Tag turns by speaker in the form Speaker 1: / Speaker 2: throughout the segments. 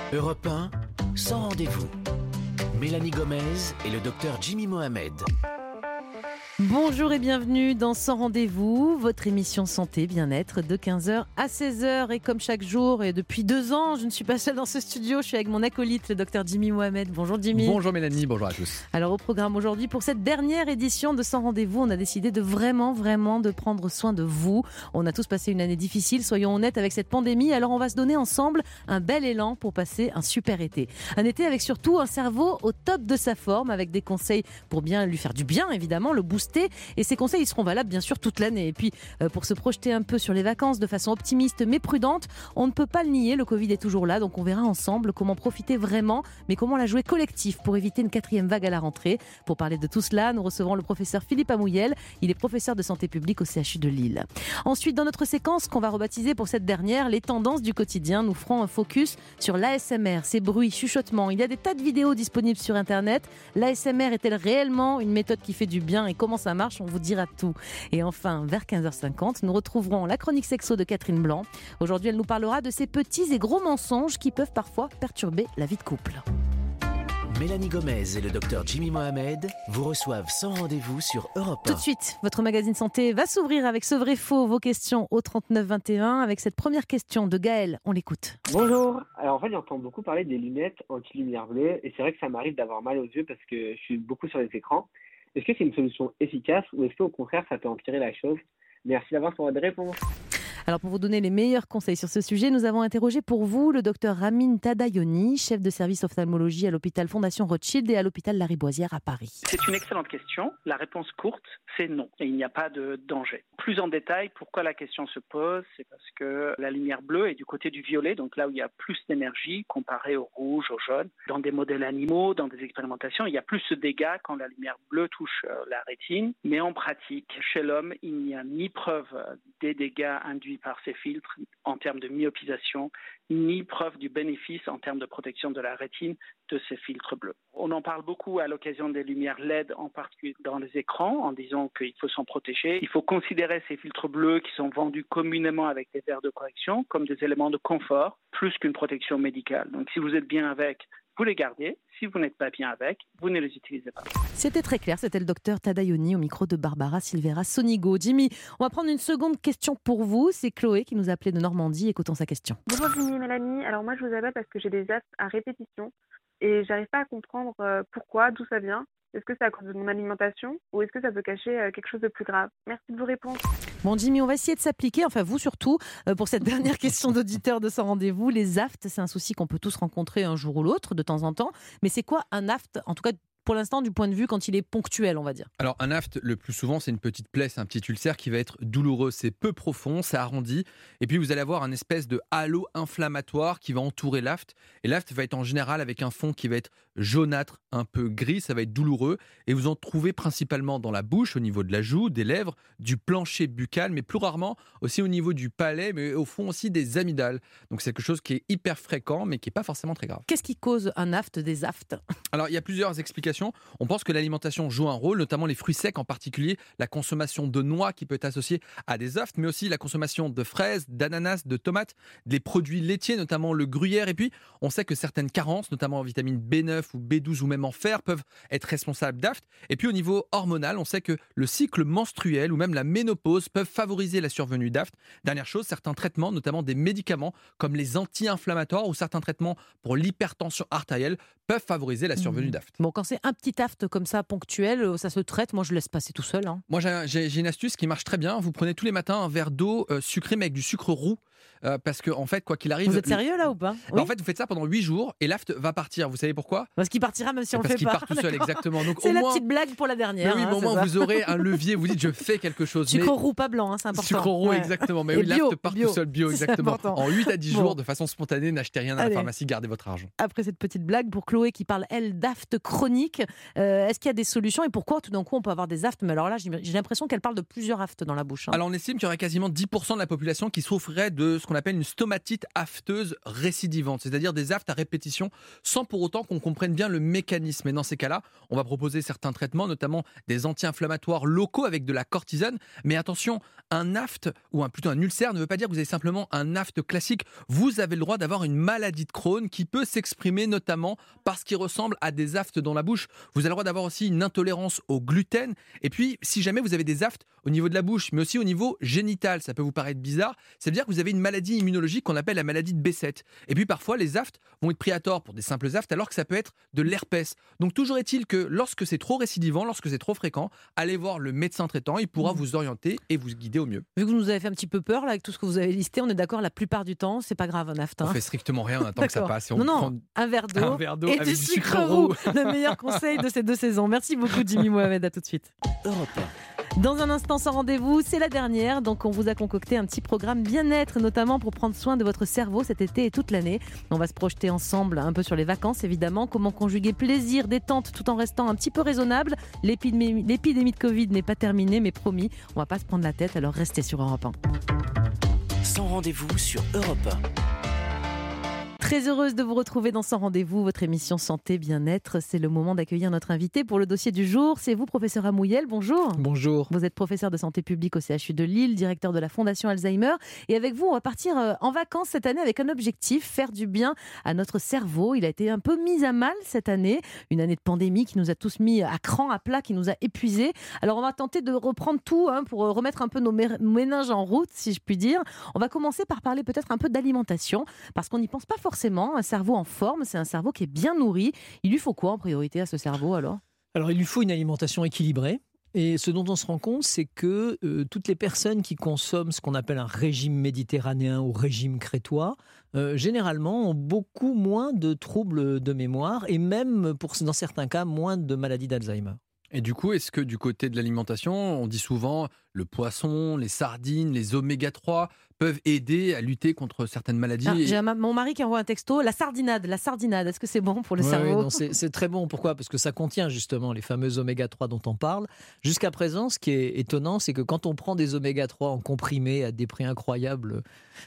Speaker 1: Europe 1, sans rendez-vous. Mélanie Gomez et le docteur Jimmy Mohamed.
Speaker 2: Bonjour et bienvenue dans Sans Rendez-vous, votre émission santé, bien-être de 15h à 16h. Et comme chaque jour et depuis 2 ans, je ne suis pas seule dans ce studio, je suis avec mon acolyte, le docteur Jimmy Mohamed. Bonjour Jimmy.
Speaker 3: Bonjour Mélanie, bonjour à tous.
Speaker 2: Alors au programme aujourd'hui, pour cette dernière édition de Sans Rendez-vous, on a décidé de vraiment de prendre soin de vous. On a tous passé une année difficile, soyons honnêtes avec cette pandémie, alors on va se donner ensemble un bel élan pour passer un super été. Un été avec surtout un cerveau au top de sa forme, avec des conseils pour bien lui faire du bien évidemment, le booster. Et ces conseils ils seront valables bien sûr toute l'année. Et puis pour se projeter un peu sur les vacances de façon optimiste mais prudente, on ne peut pas le nier, le Covid est toujours là, donc on verra ensemble comment profiter vraiment, mais comment la jouer collectif pour éviter une 4e vague à la rentrée. Pour parler de tout cela, nous recevons le professeur Philippe Amouyel, il est professeur de santé publique au CHU de Lille. Ensuite, dans notre séquence qu'on va rebaptiser pour cette dernière, les tendances du quotidien, nous ferons un focus sur l'ASMR, ces bruits, chuchotements. Il y a des tas de vidéos disponibles sur Internet. L'ASMR est-elle réellement une méthode qui fait du bien et comment ça marche? On vous dira tout. Et enfin, vers 15h50, nous retrouverons la chronique sexo de Catherine Blanc. Aujourd'hui, elle nous parlera de ces petits et gros mensonges qui peuvent parfois perturber la vie de couple.
Speaker 1: Mélanie Gomez et le docteur Jimmy Mohamed vous reçoivent sans rendez-vous sur Europe 1.
Speaker 2: Tout de suite, votre magazine santé va s'ouvrir avec ce vrai-faux, vos questions au 3921. Avec cette première question de Gaël, on l'écoute.
Speaker 4: Bonjour. Alors en fait, j'entends beaucoup parler des lunettes anti-lumière bleue et c'est vrai que ça m'arrive d'avoir mal aux yeux parce que je suis beaucoup sur les écrans. Est-ce que c'est une solution efficace ou est-ce qu'au contraire ça peut empirer la chose? Merci d'avance pour votre réponse.
Speaker 2: Alors pour vous donner les meilleurs conseils sur ce sujet, nous avons interrogé pour vous le docteur Ramin Tadayoni, chef de service ophtalmologie à l'hôpital Fondation Rothschild et à l'hôpital Lariboisière à Paris.
Speaker 5: C'est une excellente question. La réponse courte, c'est non. Et il n'y a pas de danger. Plus en détail, pourquoi la question se pose? C'est parce que la lumière bleue est du côté du violet, donc là où il y a plus d'énergie comparé au rouge, au jaune. Dans des modèles animaux, dans des expérimentations, il y a plus de dégâts quand la lumière bleue touche la rétine. Mais en pratique, chez l'homme, il n'y a ni preuve des dégâts induits par ces filtres en termes de myopisation, ni preuve du bénéfice en termes de protection de la rétine de ces filtres bleus. On en parle beaucoup à l'occasion des lumières LED, en particulier dans les écrans, en disant qu'il faut s'en protéger. Il faut considérer ces filtres bleus qui sont vendus communément avec des verres de correction comme des éléments de confort, plus qu'une protection médicale. Donc si vous êtes bien avec, vous les gardez. Si vous n'êtes pas bien avec, vous ne les utilisez pas.
Speaker 2: C'était très clair, c'était le docteur Tadayoni au micro de Barbara Silvera Sonigo. Jimmy, on va prendre une seconde question pour vous. C'est Chloé qui nous a appelé de Normandie. Écoutons sa question.
Speaker 6: Bonjour Jimmy et Mélanie. Alors moi je vous appelle parce que j'ai des asthmes à répétition et j'arrive pas à comprendre pourquoi, d'où ça vient. Est-ce que c'est à cause de mon alimentation ou est-ce que ça peut cacher quelque chose de plus grave? Merci de vos réponses.
Speaker 2: Bon Jimmy, on va essayer de s'appliquer, enfin vous surtout, pour cette dernière question d'auditeur de Sans Rendez-vous. Les aftes, c'est un souci qu'on peut tous rencontrer un jour ou l'autre, de temps en temps. Mais c'est quoi un aft, en tout cas pour l'instant du point de vue quand il est ponctuel, on va dire?
Speaker 3: Alors un aft, le plus souvent, c'est une petite plaie, c'est un petit ulcère qui va être douloureux. C'est peu profond, ça arrondit. Et puis vous allez avoir un espèce de halo inflammatoire qui va entourer l'aft. Et l'aft va être en général avec un fond qui va être jaunâtre, un peu gris, ça va être douloureux. Et vous en trouvez principalement dans la bouche, au niveau de la joue, des lèvres, du plancher buccal, mais plus rarement aussi au niveau du palais, mais au fond aussi des amygdales. Donc c'est quelque chose qui est hyper fréquent, mais qui n'est pas forcément très grave.
Speaker 2: Qu'est-ce qui cause un aft, des aftes?
Speaker 3: Alors il y a plusieurs explications. On pense que l'alimentation joue un rôle, notamment les fruits secs, en particulier la consommation de noix qui peut être associée à des aftes, mais aussi la consommation de fraises, d'ananas, de tomates, des produits laitiers, notamment le gruyère. Et puis, on sait que certaines carences, notamment en vitamine B9 ou B12 ou même en fer, peuvent être responsables d'aftes. Et puis, au niveau hormonal, on sait que le cycle menstruel ou même la ménopause peuvent favoriser la survenue d'aftes. Dernière chose, certains traitements, notamment des médicaments comme les anti-inflammatoires ou certains traitements pour l'hypertension artérielle, peuvent favoriser la survenue d'aftes.
Speaker 2: Bon, quand c'est un petit aft comme ça, ponctuel, ça se traite. Moi, je laisse passer tout seul.
Speaker 3: Moi, j'ai une astuce qui marche très bien. Vous prenez tous les matins un verre d'eau sucrée, mais avec du sucre roux. Parce que en fait, quoi qu'il arrive...
Speaker 2: Vous êtes sérieux là ou pas? Oui.
Speaker 3: En fait, vous faites ça pendant 8 jours et l'aft va partir. Vous savez pourquoi?
Speaker 2: Parce qu'il partira même si on le fait pas.
Speaker 3: Parce qu'il part tout seul, exactement. Donc,
Speaker 2: c'est la petite blague pour la dernière.
Speaker 3: Mais oui, mais au moins, vous aurez un levier. Vous dites, je fais quelque chose.
Speaker 2: Sucre roux, pas blanc, c'est important.
Speaker 3: Sucre roux, exactement. Mais oui, l'aft part tout seul, bio, exactement. En 8 à 10 jours, de façon spontanée, n'achetez rien à la pharmacie, gardez votre argent.
Speaker 2: Après cette petite blague, pour Chloé qui parle, elle, d'aft chronique, est-ce qu'il y a des solutions et pourquoi tout d'un coup on peut avoir des aftes? Mais alors là, j'ai l'impression qu'elle parle de plusieurs aftes dans la bouche.
Speaker 3: Alors on estime qu'il y aurait quasiment 10% de la population qui souffrait de de ce qu'on appelle une stomatite afteuse récidivante, c'est-à-dire des aftes à répétition sans pour autant qu'on comprenne bien le mécanisme. Et dans ces cas-là, on va proposer certains traitements, notamment des anti-inflammatoires locaux avec de la cortisone. Mais attention, un aphte ou plutôt un ulcère ne veut pas dire que vous avez simplement un aphte classique. Vous avez le droit d'avoir une maladie de Crohn qui peut s'exprimer notamment parce qu'il ressemble à des aftes dans la bouche. Vous avez le droit d'avoir aussi une intolérance au gluten. Et puis, si jamais vous avez des aftes au niveau de la bouche, mais aussi au niveau génital, ça peut vous paraître bizarre, ça veut dire que vous avez une maladie immunologique qu'on appelle la maladie de Behçet. Et puis parfois, les aftes vont être pris à tort pour des simples aftes, alors que ça peut être de l'herpès. Donc toujours est-il que lorsque c'est trop récidivant, lorsque c'est trop fréquent, allez voir le médecin traitant, il pourra vous orienter et vous guider au mieux.
Speaker 2: Vu que vous nous avez fait un petit peu peur là, avec tout ce que vous avez listé, on est d'accord, la plupart du temps, c'est pas grave un aphte.
Speaker 3: On fait strictement rien, on attend que ça passe. Et on
Speaker 2: non,
Speaker 3: prend
Speaker 2: un verre d'eau et
Speaker 3: avec
Speaker 2: du sucre roux. Le meilleur conseil de ces 2 saisons. Merci beaucoup Jimmy Mohamed, à tout de suite.
Speaker 1: Europe 1.
Speaker 2: Dans un instant sans rendez-vous, c'est la dernière, donc on vous a concocté un petit programme bien-être, notamment pour prendre soin de votre cerveau cet été et toute l'année. On va se projeter ensemble un peu sur les vacances évidemment, comment conjuguer plaisir, détente tout en restant un petit peu raisonnable. L'épidémie de Covid n'est pas terminée, mais promis, on va pas se prendre la tête, alors restez sur Europe 1.
Speaker 1: Sans rendez-vous sur Europe 1.
Speaker 2: Très heureuse de vous retrouver dans Sans Rendez-vous, votre émission Santé Bien-être. C'est le moment d'accueillir notre invité pour le dossier du jour. C'est vous, professeur Amouyel. Bonjour.
Speaker 7: Bonjour.
Speaker 2: Vous êtes professeur de santé publique au CHU de Lille, directeur de la Fondation Alzheimer. Et avec vous, on va partir en vacances cette année avec un objectif, faire du bien à notre cerveau. Il a été un peu mis à mal cette année. Une année de pandémie qui nous a tous mis à cran, à plat, qui nous a épuisés. Alors on va tenter de reprendre tout pour remettre un peu nos méninges en route, si je puis dire. On va commencer par parler peut-être un peu d'alimentation, parce qu'on n'y pense pas forcément. Un cerveau en forme, c'est un cerveau qui est bien nourri. Il lui faut quoi en priorité à ce cerveau alors ?
Speaker 7: Alors il lui faut une alimentation équilibrée. Et ce dont on se rend compte, c'est que toutes les personnes qui consomment ce qu'on appelle un régime méditerranéen ou régime crétois, généralement ont beaucoup moins de troubles de mémoire et même, dans certains cas, moins de maladies d'Alzheimer.
Speaker 3: Et du coup, est-ce que du côté de l'alimentation, on dit souvent le poisson, les sardines, les oméga 3 peuvent aider à lutter contre certaines maladies?
Speaker 2: J'ai mon mari qui envoie un texto, la sardinade, est-ce que c'est bon pour le cerveau?
Speaker 7: Oui, non, c'est très bon. Pourquoi ? Parce que ça contient justement les fameux oméga 3 dont on parle. Jusqu'à présent, ce qui est étonnant, c'est que quand on prend des oméga 3 en comprimé à des prix incroyables,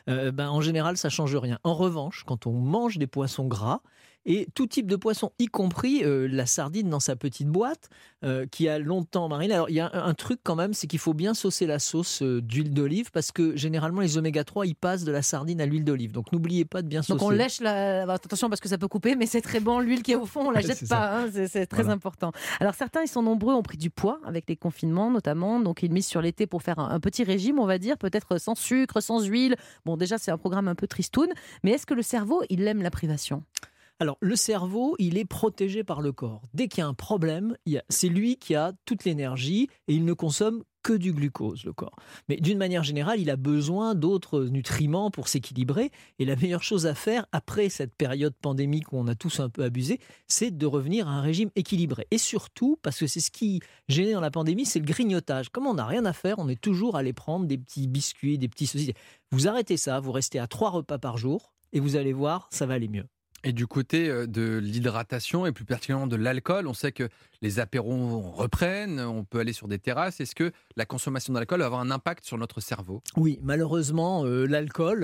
Speaker 7: en général, ça ne change rien. En revanche, quand on mange des poissons gras, et tout type de poisson, y compris la sardine dans sa petite boîte, qui a longtemps mariné. Alors, il y a un truc quand même, c'est qu'il faut bien saucer la sauce d'huile d'olive, parce que généralement, les oméga 3, ils passent de la sardine à l'huile d'olive. Donc, n'oubliez pas de bien saucer.
Speaker 2: Donc, on lèche attention, parce que ça peut couper, mais c'est très bon. L'huile qui est au fond, on la jette pas. C'est très important. Alors, certains, ils sont nombreux, ont pris du poids avec les confinements, notamment. Donc, ils misent sur l'été pour faire un petit régime, on va dire, peut-être sans sucre, sans huile. Bon, déjà, c'est un programme un peu tristoun. Mais est-ce que le cerveau, il aime la privation ?
Speaker 7: Alors, le cerveau, il est protégé par le corps. Dès qu'il y a un problème, c'est lui qui a toute l'énergie et il ne consomme que du glucose, le corps. Mais d'une manière générale, il a besoin d'autres nutriments pour s'équilibrer. Et la meilleure chose à faire, après cette période pandémique où on a tous un peu abusé, c'est de revenir à un régime équilibré. Et surtout, parce que c'est ce qui gênait dans la pandémie, c'est le grignotage. Comme on n'a rien à faire, on est toujours allé prendre des petits biscuits, des petits saucisses. Vous arrêtez ça, vous restez à 3 repas par jour et vous allez voir, ça va aller mieux.
Speaker 3: Et du côté de l'hydratation et plus particulièrement de l'alcool, on sait que les apéros reprennent, on peut aller sur des terrasses. Est-ce que la consommation d'alcool va avoir un impact sur notre cerveau ?
Speaker 7: Oui, malheureusement, l'alcool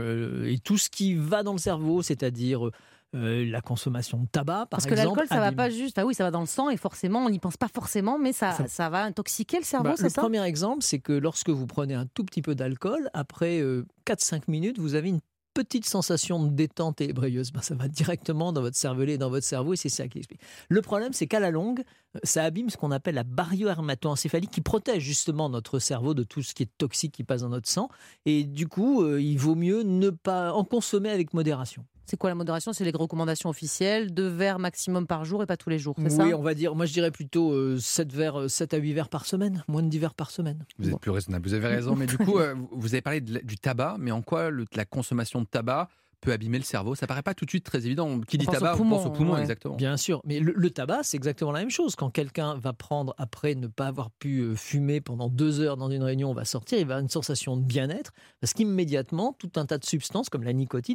Speaker 7: et tout ce qui va dans le cerveau, c'est-à-dire la consommation de tabac, par exemple.
Speaker 2: Parce que l'alcool, ça ne va pas juste... Ah oui, ça va dans le sang et forcément, on n'y pense pas forcément, mais ça va intoxiquer le cerveau, c'est ça ?
Speaker 7: Le premier exemple, c'est que lorsque vous prenez un tout petit peu d'alcool, après 4-5 minutes, vous avez une petite sensation de détente ébrieuse, ça va directement dans votre cervelet et dans votre cerveau et c'est ça qui explique. Le problème, c'est qu'à la longue, ça abîme ce qu'on appelle la barrière hémato-encéphalique qui protège justement notre cerveau de tout ce qui est toxique qui passe dans notre sang et du coup, il vaut mieux ne pas en consommer avec modération.
Speaker 2: C'est quoi la modération ? C'est les recommandations officielles, 2 verres maximum par jour et pas tous les jours, c'est ça ?
Speaker 7: Oui, on va dire, moi je dirais plutôt 7 à 8 verres par semaine, moins de 10 verres par semaine.
Speaker 3: Vous êtes plus raisonnable, vous avez raison, mais du coup, vous avez parlé du tabac, mais en quoi la consommation de tabac peut abîmer le cerveau? Ça paraît pas tout de suite très évident. Qui dit tabac, on pense au poumon, exactement.
Speaker 7: Bien sûr, mais le tabac, c'est exactement la même chose. Quand quelqu'un va prendre, après ne pas avoir pu fumer pendant 2 heures dans une réunion, on va sortir, il va avoir une sensation de bien-être, parce qu'immédiatement, tout un tas de substances, comme la nicotine, va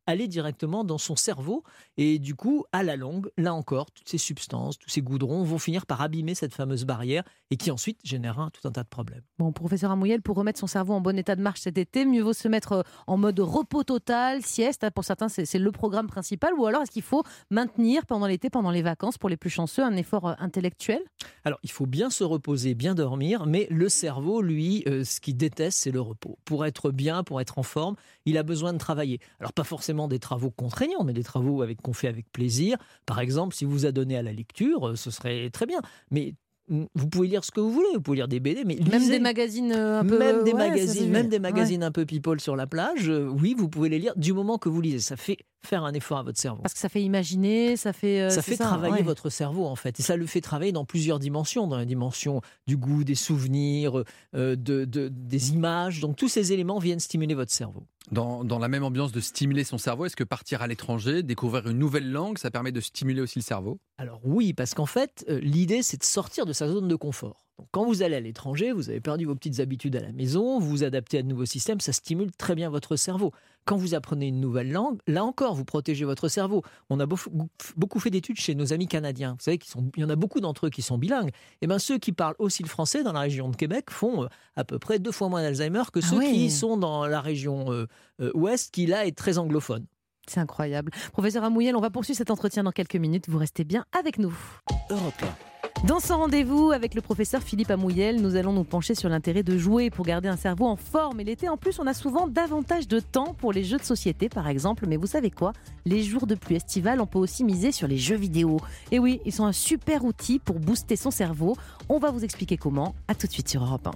Speaker 7: aller directement dans son cerveau. Et du coup, à la longue, là encore, toutes ces substances, tous ces goudrons vont finir par abîmer cette fameuse barrière et qui ensuite générera tout un tas de problèmes.
Speaker 2: Bon, professeur Amouyel, pour remettre son cerveau en bon état de marche cet été, mieux vaut se mettre en mode repos total, sieste. Pour certains, c'est le programme principal. Ou alors, est-ce qu'il faut maintenir pendant l'été, pendant les vacances, pour les plus chanceux, un effort intellectuel ?
Speaker 7: Alors, il faut bien se reposer, bien dormir, mais le cerveau, lui, ce qu'il déteste, c'est le repos. Pour être bien, pour être en forme, il a besoin de travailler. Alors, pas forcément des travaux contraignants, mais des travaux qu'on fait avec plaisir. Par exemple, si vous adonnez à la lecture, ce serait très bien. Mais vous pouvez lire ce que vous voulez, vous pouvez lire des BD, mais
Speaker 2: même des magazines un peu...
Speaker 7: Même des magazines un peu people sur la plage, oui, vous pouvez les lire du moment que vous lisez. Ça fait faire un effort à votre cerveau.
Speaker 2: Parce que ça fait imaginer, ça fait...
Speaker 7: ça fait travailler votre cerveau, en fait. Et ça le fait travailler dans plusieurs dimensions, dans la dimension du goût, des souvenirs, des images. Donc tous ces éléments viennent stimuler votre cerveau.
Speaker 3: Dans la même ambiance de stimuler son cerveau, est-ce que partir à l'étranger, découvrir une nouvelle langue, ça permet de stimuler aussi le cerveau ?
Speaker 7: Alors oui, parce qu'en fait, l'idée, c'est de sortir de sa zone de confort. Donc, quand vous allez à l'étranger, vous avez perdu vos petites habitudes à la maison, vous vous adaptez à de nouveaux systèmes, ça stimule très bien votre cerveau. Quand vous apprenez une nouvelle langue, là encore, vous protégez votre cerveau. On a beaucoup fait d'études chez nos amis canadiens. Vous savez il y en a beaucoup d'entre eux qui sont bilingues. Et bien, ceux qui parlent aussi le français dans la région de Québec font à peu près 2 fois moins d'Alzheimer que ceux qui sont dans la région ouest, qui là est très anglophone.
Speaker 2: C'est incroyable. Professeur Amouyel, on va poursuivre cet entretien dans quelques minutes. Vous restez bien avec nous.
Speaker 1: Europe 1.
Speaker 2: Dans son rendez-vous avec le professeur Philippe Amouyel, nous allons nous pencher sur l'intérêt de jouer pour garder un cerveau en forme. Et l'été, en plus, on a souvent davantage de temps pour les jeux de société, par exemple. Mais vous savez quoi ? Les jours de pluie estivale, on peut aussi miser sur les jeux vidéo. Et oui, ils sont un super outil pour booster son cerveau. On va vous expliquer comment. À tout de suite sur Europe 1.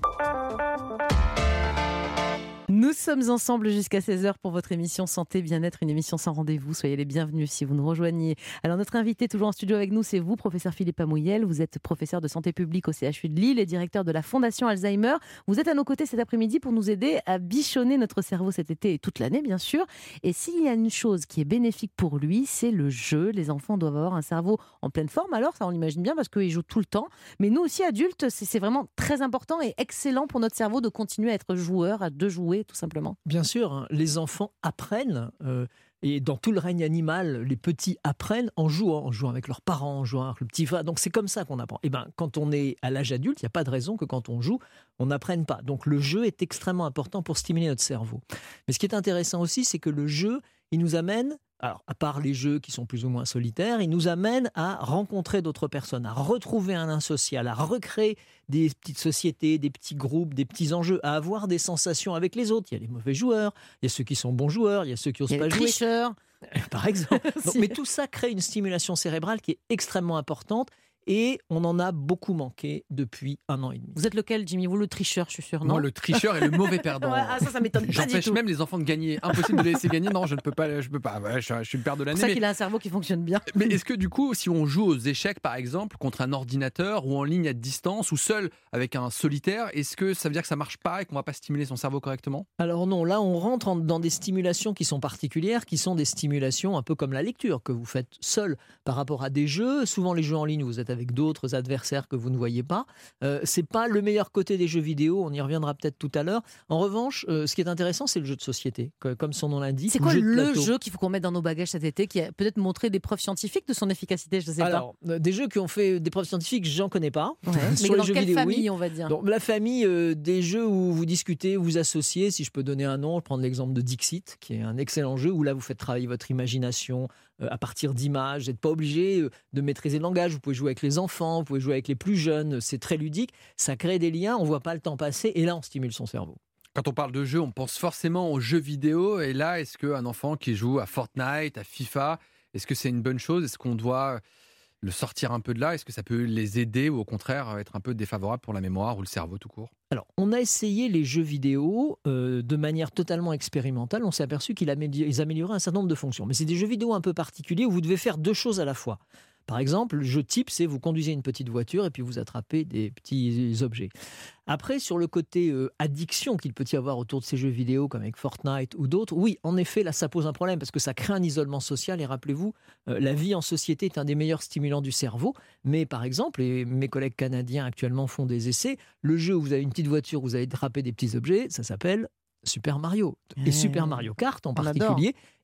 Speaker 2: Nous sommes ensemble jusqu'à 16h pour votre émission Santé Bien-être, une émission sans rendez-vous. Soyez les bienvenus si vous nous rejoignez. Alors notre invité toujours en studio avec nous, c'est vous, professeur Philippe Amouyel. Vous êtes professeur de santé publique au CHU de Lille et directeur de la Fondation Alzheimer. Vous êtes à nos côtés cet après-midi pour nous aider à bichonner notre cerveau cet été et toute l'année, bien sûr. Et s'il y a une chose qui est bénéfique pour lui, c'est le jeu. Les enfants doivent avoir un cerveau en pleine forme. Alors ça, on l'imagine bien parce qu'ils jouent tout le temps. Mais nous aussi, adultes, c'est vraiment très important et excellent pour notre cerveau de continuer à être joueur, de jouer tout simplement.
Speaker 7: Bien sûr, hein, les enfants apprennent, et dans tout le règne animal, les petits apprennent en jouant avec leurs parents, en jouant avec le petit frère. Donc c'est comme ça qu'on apprend. Et ben, quand on est à l'âge adulte, il n'y a pas de raison que quand on joue, on n'apprenne pas. Donc le jeu est extrêmement important pour stimuler notre cerveau. Mais ce qui est intéressant aussi, c'est que le jeu, il nous amène, alors à part les jeux qui sont plus ou moins solitaires, il nous amène à rencontrer d'autres personnes, à retrouver un lien social, à recréer des petites sociétés, des petits groupes, des petits enjeux, à avoir des sensations avec les autres. Il y a les mauvais joueurs, il y a ceux qui sont bons joueurs, il y a ceux qui n'osent pas jouer.
Speaker 2: Les tricheurs.
Speaker 7: Par exemple. Donc, mais tout ça crée une stimulation cérébrale qui est extrêmement importante. Et on en a beaucoup manqué depuis 1 an et demi.
Speaker 2: Vous êtes lequel, Jimmy ? Vous, le tricheur, je suis sûr, non ?
Speaker 3: Moi, le tricheur et le mauvais perdant.
Speaker 2: Ouais, ça m'étonne pas du tout.
Speaker 3: J'empêche même les enfants de gagner. Impossible de les laisser gagner. Non, je ne peux pas. Ouais, je suis le père de l'année.
Speaker 2: C'est pour ça qu'il a un cerveau qui fonctionne bien.
Speaker 3: Mais est-ce que du coup, si on joue aux échecs, par exemple, contre un ordinateur ou en ligne à distance ou seul avec un solitaire, est-ce que ça veut dire que ça marche pas et qu'on va pas stimuler son cerveau correctement ?
Speaker 7: Alors non, là on rentre dans des stimulations qui sont particulières, qui sont des stimulations un peu comme la lecture que vous faites seul par rapport à des jeux. Souvent les jeux en ligne, vous êtes avec d'autres adversaires que vous ne voyez pas. C'est pas le meilleur côté des jeux vidéo, on y reviendra peut-être tout à l'heure. En revanche, ce qui est intéressant, c'est le jeu de société, comme son nom l'indique.
Speaker 2: C'est quoi le jeu qu'il faut qu'on mette dans nos bagages cet été, qui a peut-être montré des preuves scientifiques de son efficacité, je ne sais pas.
Speaker 7: Alors, des jeux qui ont fait des preuves scientifiques, j'en connais pas.
Speaker 2: Ouais. Mais dans quelle famille, on va dire ?
Speaker 7: Donc, la famille des jeux où vous discutez, vous associez, si je peux donner un nom, je prends l'exemple de Dixit, qui est un excellent jeu où là vous faites travailler votre imagination à partir d'images. Vous n'êtes pas obligé de maîtriser le langage. Vous pouvez jouer avec les enfants, vous pouvez jouer avec les plus jeunes. C'est très ludique. Ça crée des liens. On ne voit pas le temps passer. Et là, on stimule son cerveau.
Speaker 3: Quand on parle de jeux, on pense forcément aux jeux vidéo. Et là, est-ce qu'un enfant qui joue à Fortnite, à FIFA, est-ce que c'est une bonne chose ? Est-ce qu'on doit le sortir un peu de là ? Est-ce que ça peut les aider ou au contraire être un peu défavorable pour la mémoire ou le cerveau tout court ?
Speaker 7: Alors, on a essayé les jeux vidéo de manière totalement expérimentale. On s'est aperçu qu'ils amélioraient un certain nombre de fonctions. Mais c'est des jeux vidéo un peu particuliers où vous devez faire 2 choses à la fois. Par exemple, le jeu type, c'est vous conduisez une petite voiture et puis vous attrapez des petits objets. Après, sur le côté addiction qu'il peut y avoir autour de ces jeux vidéo, comme avec Fortnite ou d'autres, oui, en effet, là, ça pose un problème parce que ça crée un isolement social. Et rappelez-vous, la vie en société est un des meilleurs stimulants du cerveau. Mais par exemple, et mes collègues canadiens actuellement font des essais, le jeu où vous avez une petite voiture, où vous allez attraper des petits objets, ça s'appelle Super Mario. Et Super Mario Kart en particulier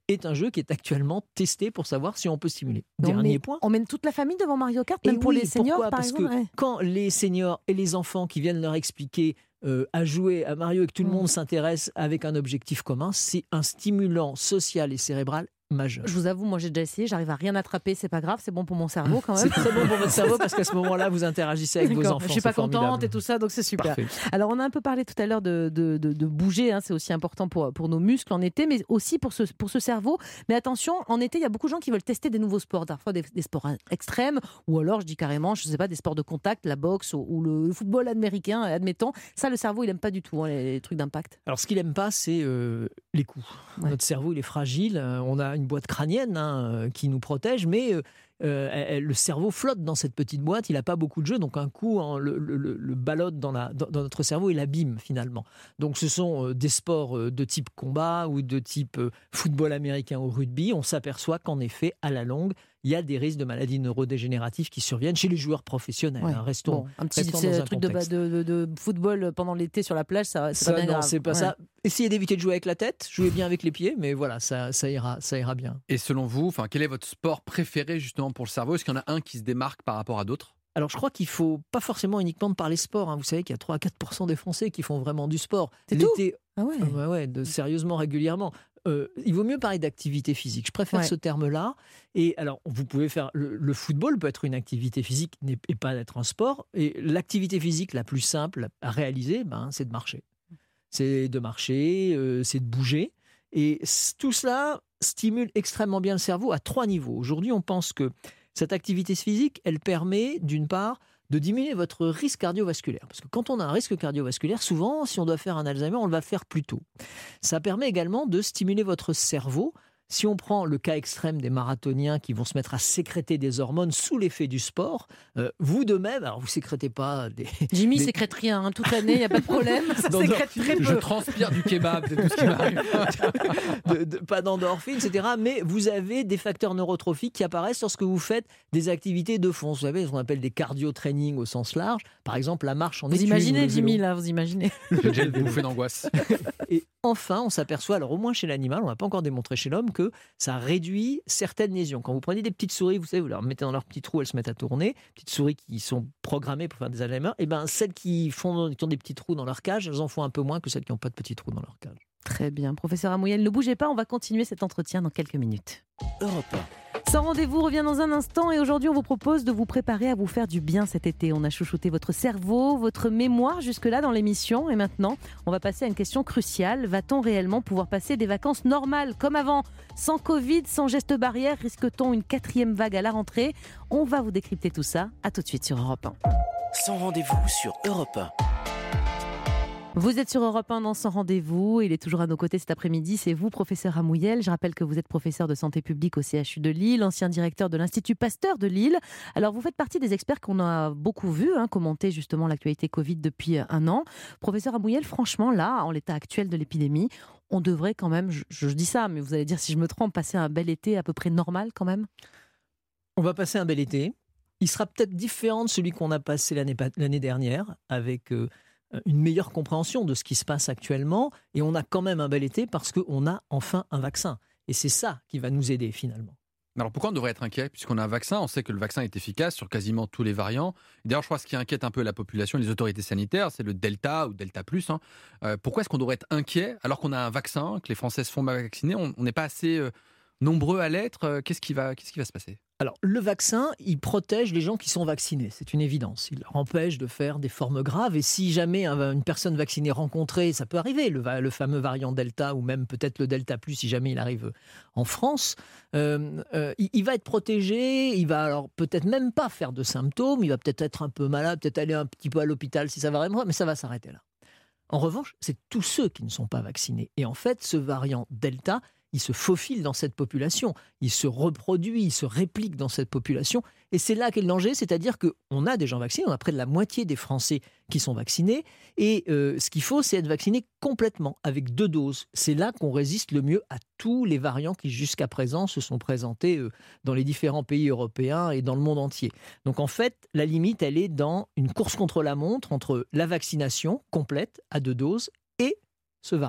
Speaker 7: est un jeu qui est actuellement testé pour savoir si on peut stimuler.
Speaker 2: On mène toute la famille devant Mario Kart, même
Speaker 7: Et
Speaker 2: pour
Speaker 7: oui,
Speaker 2: les seniors,
Speaker 7: pourquoi ?
Speaker 2: par
Speaker 7: Parce
Speaker 2: exemple.
Speaker 7: que quand les seniors et les enfants qui viennent leur expliquer à jouer à Mario et que tout le monde s'intéresse avec un objectif commun, c'est un stimulant social et cérébral majeur.
Speaker 2: Je vous avoue, moi j'ai déjà essayé, j'arrive à rien attraper, c'est pas grave, c'est bon pour mon cerveau quand même.
Speaker 7: C'est très bon pour votre cerveau parce qu'à ce moment-là, vous interagissez avec vos
Speaker 2: D'accord.
Speaker 7: enfants.
Speaker 2: Je suis pas
Speaker 7: c'est formidable.
Speaker 2: contente et tout ça, donc c'est super.
Speaker 7: Parfait.
Speaker 2: Alors on a un peu parlé tout à l'heure de bouger, c'est aussi important pour nos muscles en été, mais aussi pour ce cerveau. Mais attention, en été, il y a beaucoup de gens qui veulent tester des nouveaux sports, parfois des sports extrêmes, ou alors je dis carrément, je sais pas, des sports de contact, la boxe ou le football américain, admettons. Ça, le cerveau, il aime pas du tout les trucs d'impact.
Speaker 7: Alors ce qu'il aime pas, c'est les coups.
Speaker 2: Ouais.
Speaker 7: Notre cerveau, il est fragile. On a une boîte crânienne qui nous protège, mais le cerveau flotte dans cette petite boîte. Il n'a pas beaucoup de jeu, donc un coup, le ballotte dans notre cerveau et l'abîme finalement. Donc ce sont des sports de type combat ou de type football américain ou rugby. On s'aperçoit qu'en effet, à la longue, il y a des risques de maladies neurodégénératives qui surviennent chez les joueurs professionnels.
Speaker 2: Ouais.
Speaker 7: Restons
Speaker 2: Un petit
Speaker 7: restons dans un
Speaker 2: truc
Speaker 7: contexte.
Speaker 2: de football pendant l'été sur la plage, c'est pas bien
Speaker 7: Non,
Speaker 2: grave.
Speaker 7: c'est pas ça. Essayez d'éviter de jouer avec la tête, jouez bien avec les pieds, mais voilà, ça ira bien.
Speaker 3: Et selon vous, quel est votre sport préféré justement pour le cerveau ? Est-ce qu'il y en a un qui se démarque par rapport à d'autres ?
Speaker 7: Alors, je crois qu'il ne faut pas forcément uniquement parler sport. Vous savez qu'il y a 3 à 4% des Français qui font vraiment du sport.
Speaker 2: C'est tout ?
Speaker 7: L'été,
Speaker 2: Ah ouais.
Speaker 7: sérieusement, régulièrement. Il vaut mieux parler d'activité physique. Je préfère ce terme-là. Et alors, vous pouvez faire... Le football peut être une activité physique et pas être un sport. Et l'activité physique la plus simple à réaliser, c'est de marcher. C'est de marcher, c'est de bouger. Et tout cela stimule extrêmement bien le cerveau à 3 niveaux. Aujourd'hui, on pense que cette activité physique, elle permet, d'une part, de diminuer votre risque cardiovasculaire. Parce que quand on a un risque cardiovasculaire, souvent, si on doit faire un Alzheimer, on le va faire plus tôt. Ça permet également de stimuler votre cerveau. Si on prend le cas extrême des marathoniens qui vont se mettre à sécréter des hormones sous l'effet du sport, vous de même, alors vous ne sécrétez pas des...
Speaker 2: Jimmy sécrète rien, toute l'année, il n'y a pas de problème. Ça sécrète très peu.
Speaker 3: Je transpire du kebab, c'est tout ce qui m'arrive.
Speaker 7: Pas d'endorphine, etc. Mais vous avez des facteurs neurotrophiques qui apparaissent lorsque vous faites des activités de fond. Vous savez, ce qu'on appelle des cardio-training au sens large. Par exemple, la marche en étude.
Speaker 2: Vous imaginez, Jimmy, là, vous imaginez.
Speaker 3: J'ai déjà une bouffée d'angoisse.
Speaker 7: Et enfin, on s'aperçoit, alors au moins chez l'animal, on n'a pas encore démontré chez l'homme, que ça réduit certaines lésions. Quand vous prenez des petites souris, vous savez, vous leur mettez dans leur petit trou, elles se mettent à tourner. Petites souris qui sont programmées pour faire des Alzheimer. Et celles qui ont des petits trous dans leur cage, elles en font un peu moins que celles qui n'ont pas de petits trous dans leur cage.
Speaker 2: Très bien. Professeur Amouyel, ne bougez pas, on va continuer cet entretien dans quelques minutes.
Speaker 1: Europe 1.
Speaker 2: Sans rendez-vous revient dans un instant et aujourd'hui on vous propose de vous préparer à vous faire du bien cet été. On a chouchouté votre cerveau, votre mémoire jusque-là dans l'émission et maintenant on va passer à une question cruciale. Va-t-on réellement pouvoir passer des vacances normales comme avant ? Sans Covid, sans gestes barrières, risque-t-on une 4e vague à la rentrée ? On va vous décrypter tout ça. À tout de suite sur Europe 1.
Speaker 1: Sans rendez-vous sur Europe 1.
Speaker 2: Vous êtes sur Europe 1 dans Sans rendez-vous. Il est toujours à nos côtés cet après-midi. C'est vous, professeur Amouyel. Je rappelle que vous êtes professeur de santé publique au CHU de Lille, ancien directeur de l'Institut Pasteur de Lille. Alors, vous faites partie des experts qu'on a beaucoup vus commenter justement l'actualité Covid depuis un an. Professeur Amouyel, franchement, là, en l'état actuel de l'épidémie, on devrait quand même, je dis ça, mais vous allez dire si je me trompe, passer un bel été à peu près normal quand même ?
Speaker 7: On va passer un bel été. Il sera peut-être différent de celui qu'on a passé l'année dernière, avec une meilleure compréhension de ce qui se passe actuellement. Et on a quand même un bel été parce qu'on a enfin un vaccin. Et c'est ça qui va nous aider finalement.
Speaker 3: Alors pourquoi on devrait être inquiet ? Puisqu'on a un vaccin, on sait que le vaccin est efficace sur quasiment tous les variants. D'ailleurs, je crois que ce qui inquiète un peu la population, les autorités sanitaires, c'est le Delta ou Delta+. Pourquoi est-ce qu'on devrait être inquiet alors qu'on a un vaccin, que les Français se font vacciner ? On n'est pas assez nombreux à l'être. Qu'est-ce qui va se passer ?
Speaker 7: Alors, le vaccin, il protège les gens qui sont vaccinés, c'est une évidence. Il leur empêche de faire des formes graves. Et si jamais une personne vaccinée rencontrée, ça peut arriver, le fameux variant Delta ou même peut-être le Delta+, si jamais il arrive en France, il va être protégé, il va alors peut-être même pas faire de symptômes, il va peut-être être un peu malade, peut-être aller un petit peu à l'hôpital si ça va vraiment, mais ça va s'arrêter là. En revanche, c'est tous ceux qui ne sont pas vaccinés. Et en fait, ce variant Delta, il se faufile dans cette population, il se reproduit, il se réplique dans cette population. Et c'est là qu'est le danger, c'est-à-dire qu'on a des gens vaccinés, on a près de la moitié des Français qui sont vaccinés. Et ce qu'il faut, c'est être vacciné complètement, avec 2 doses. C'est là qu'on résiste le mieux à tous les variants qui, jusqu'à présent, se sont présentés dans les différents pays européens et dans le monde entier. Donc en fait, la limite, elle est dans une course contre la montre entre la vaccination complète à 2 doses et ce variant.